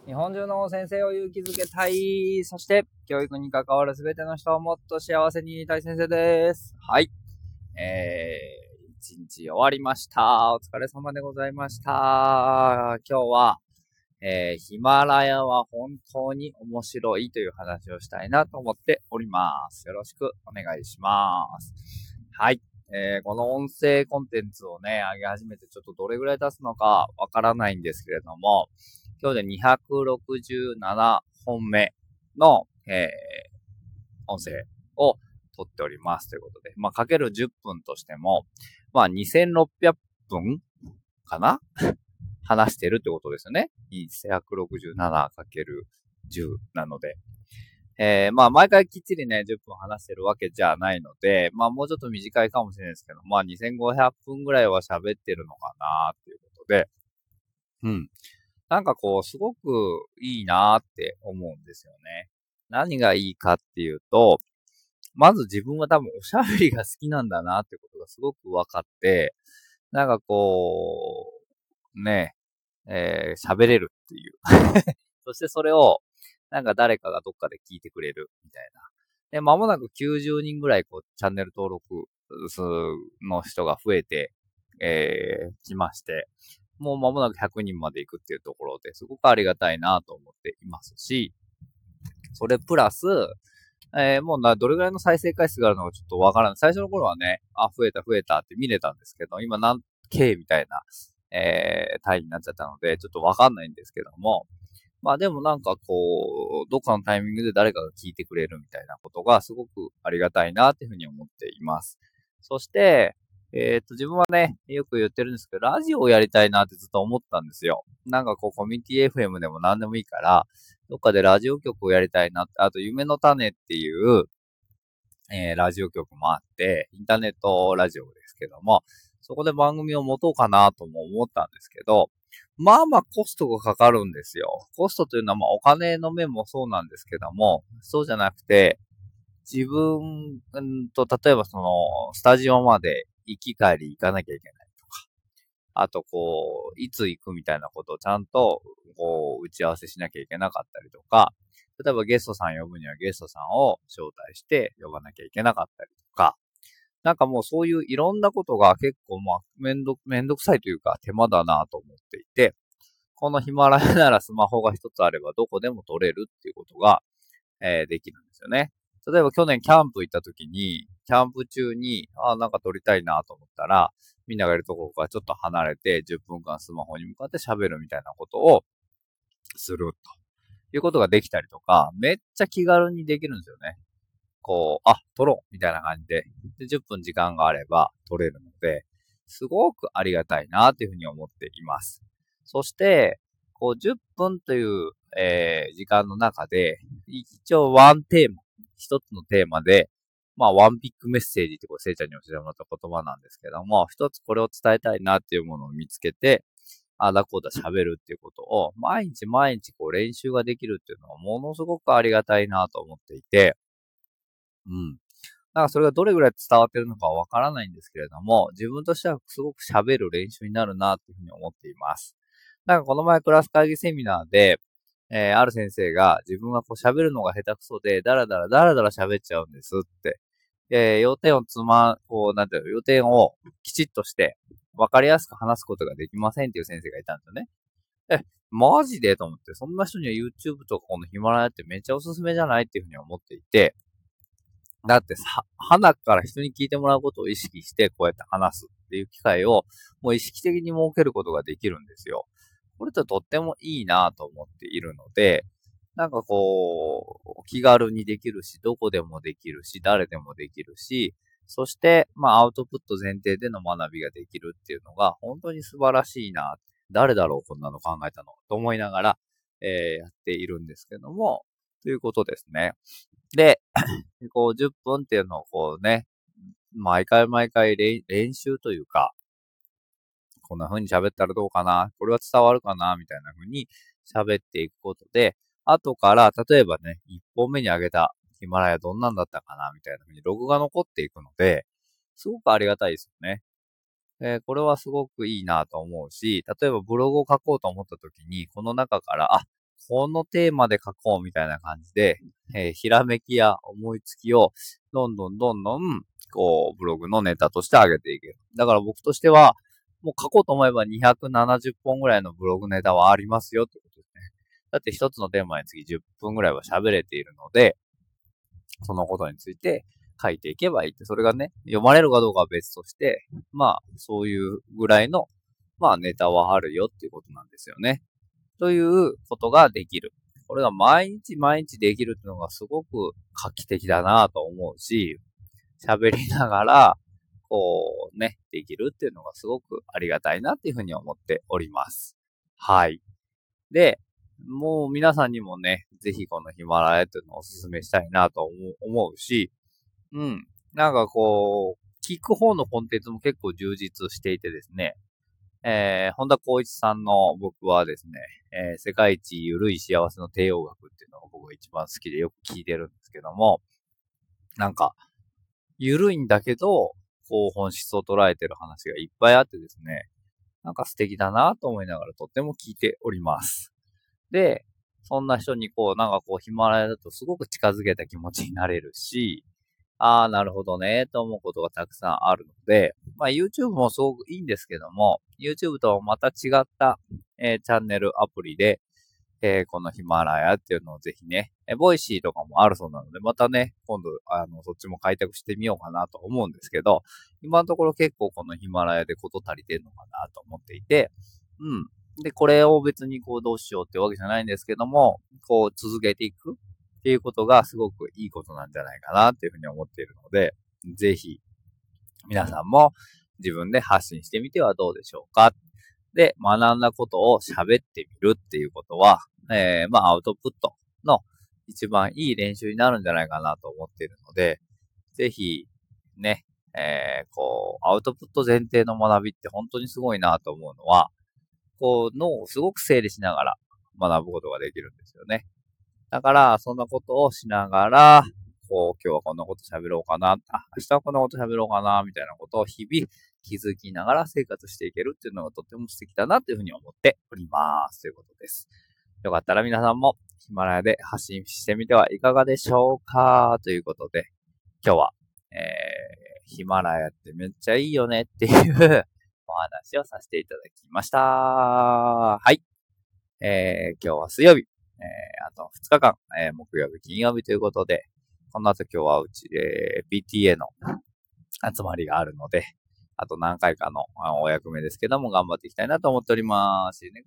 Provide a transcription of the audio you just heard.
日本中の先生を勇気づけたい。そして、教育に関わるすべての人をもっと幸せにしたい先生です。はい。一日終わりました。お疲れ様でございました。今日は、ヒマラヤは本当に面白いという話をしたいなと思っております。よろしくお願いします。はい。この音声コンテンツをね、上げ始めてちょっとどれぐらい経つのかわからないんですけれども、今日で267本目の、音声を撮っておりますということで、かける10分としても、2600分かな話してるってことですよね。267×10 なので。毎回きっちりね、10分話してるわけじゃないので、もうちょっと短いかもしれないですけど、2500分ぐらいは喋ってるのかなっていうことで、なんかすごくいいなって思うんですよね。何がいいかっていうと、まず自分は多分おしゃべりが好きなんだなってことがすごく分かって、なんか喋れるっていう。そしてそれを、なんか誰かがどっかで聞いてくれるみたいな。で、間もなく90人ぐらいチャンネル登録数の人が増えて、きまして、もう間もなく100人まで行くっていうところですごくありがたいなと思っていますし、それプラス、もうどれぐらいの再生回数があるのかちょっとわからない。最初の頃はね、増えたって見れたんですけど、今何 K みたいな、単位になっちゃったので、ちょっとわかんないんですけども、でもなんかどっかのタイミングで誰かが聞いてくれるみたいなことがすごくありがたいなっていうふうに思っています。そして、自分はね、よく言ってるんですけど、ラジオをやりたいなってずっと思ったんですよ。なんかコミュニティ FM でも何でもいいから、どっかでラジオ局をやりたいなって、あと夢の種っていう、ラジオ局もあって、インターネットラジオですけども、そこで番組を持とうかなとも思ったんですけど、コストがかかるんですよ。コストというのはお金の面もそうなんですけども、そうじゃなくて、自分と、例えばスタジオまで行き帰り行かなきゃいけないとか、あといつ行くみたいなことをちゃんと、打ち合わせしなきゃいけなかったりとか、例えばゲストさん呼ぶにはゲストさんを招待して呼ばなきゃいけなかったりとか、なんかもうそういういろんなことが結構めんどくさいというか手間だなと思っていて、このヒマラヤならスマホが一つあればどこでも撮れるっていうことが、できるんですよね。例えば去年キャンプ行った時に、キャンプ中に、なんか撮りたいなと思ったら、みんながいるところからちょっと離れて10分間スマホに向かって喋るみたいなことをするということができたりとか、めっちゃ気軽にできるんですよね。撮ろうみたいな感じで、10分時間があれば撮れるので、すごくありがたいなというふうに思っています。そして、10分という、時間の中で、一応ワンテーマ、一つのテーマで、ワンピックメッセージってせいちゃんに教えてもらった言葉なんですけども、一つこれを伝えたいなっていうものを見つけて、あだこうだ喋るっていうことを、毎日毎日練習ができるっていうのはものすごくありがたいなと思っていて、なんかそれがどれぐらい伝わってるのかはわからないんですけれども、自分としてはすごく喋る練習になるなっていうふうに思っています。なんかこの前クラス会議セミナーで、ある先生が自分が喋るのが下手くそで、だらだら喋っちゃうんですって。要点を要点をきちっとして、わかりやすく話すことができませんっていう先生がいたんですよね。マジでと思って、そんな人には YouTube とかこのヒマラヤってめっちゃおすすめじゃないっていうふうに思っていて、だって花から人に聞いてもらうことを意識してこうやって話すっていう機会をもう意識的に設けることができるんですよ。これってとってもいいなと思っているので、なんか気軽にできるし、どこでもできるし、誰でもできるし、そして、アウトプット前提での学びができるっていうのが本当に素晴らしいな。誰だろうこんなの考えたのと思いながら、やっているんですけども、ということですね。で、10分っていうのを毎回毎回練習というか、こんな風に喋ったらどうかな、これは伝わるかな、みたいな風に喋っていくことで、後から、例えばね、1本目に上げたヒマラヤどんなんだったかな、みたいな風にログが残っていくので、すごくありがたいですよね。これはすごくいいなと思うし、例えばブログを書こうと思った時に、この中から、 このテーマで書こうみたいな感じで、ひらめきや思いつきをどんどん、こう、ブログのネタとして上げていける。だから僕としては、もう書こうと思えば270本ぐらいのブログネタはありますよってことですね。だって一つのテーマにつき10分ぐらいは喋れているので、そのことについて書いていけばいいって、それがね、読まれるかどうかは別として、そういうぐらいの、ネタはあるよっていうことなんですよね。ということができる。これが毎日できるっていうのがすごく画期的だなと思うし、喋りながら、こうね、できるっていうのがすごくありがたいなっていうふうに思っております。はい。で、もう皆さんにもね、ぜひこのヒマラヤっていうのをお勧めしたいなと思うし、なんかこう、聞く方のコンテンツも結構充実していてですね、本田光一さんの僕はですね、世界一ゆるい幸せの帝王学っていうのが僕が一番好きでよく聞いてるんですけども、なんか、ゆるいんだけど、こう本質を捉えてる話がいっぱいあってですね、なんか素敵だなと思いながらとっても聞いております。で、そんな人にヒマラヤだとすごく近づけた気持ちになれるし、なるほどね、と思うことがたくさんあるので、YouTube もすごくいいんですけども、YouTube とはまた違った、チャンネルアプリで、このヒマラヤっていうのをぜひね、ボイシーとかもあるそうなので、またね、今度、そっちも開拓してみようかなと思うんですけど、今のところ結構このヒマラヤでこと足りてるのかなと思っていて、で、これを別にこうどうしようってわけじゃないんですけども、こう続けていくっていうことがすごくいいことなんじゃないかなっていうふうに思っているので、ぜひ皆さんも自分で発信してみてはどうでしょうか。で、学んだことを喋ってみるっていうことは、アウトプットの一番いい練習になるんじゃないかなと思っているので、ぜひ、ね、アウトプット前提の学びって本当にすごいなと思うのは、こう、脳をすごく整理しながら学ぶことができるんですよね。だから、そんなことをしながら、こう、今日はこんなこと喋ろうかな、明日はこんなこと喋ろうかな、みたいなことを日々気づきながら生活していけるっていうのがとっても素敵だなというふうに思っております。ということです。よかったら皆さんもヒマラヤで発信してみてはいかがでしょうかということで、今日は、ヒマラヤってめっちゃいいよねっていうお話をさせていただきました。はい。今日は水曜日。あと2日間、木曜日、金曜日ということで、この後今日はうちで PTA の集まりがあるので、あと何回かのお役目ですけども頑張っていきたいなと思っております。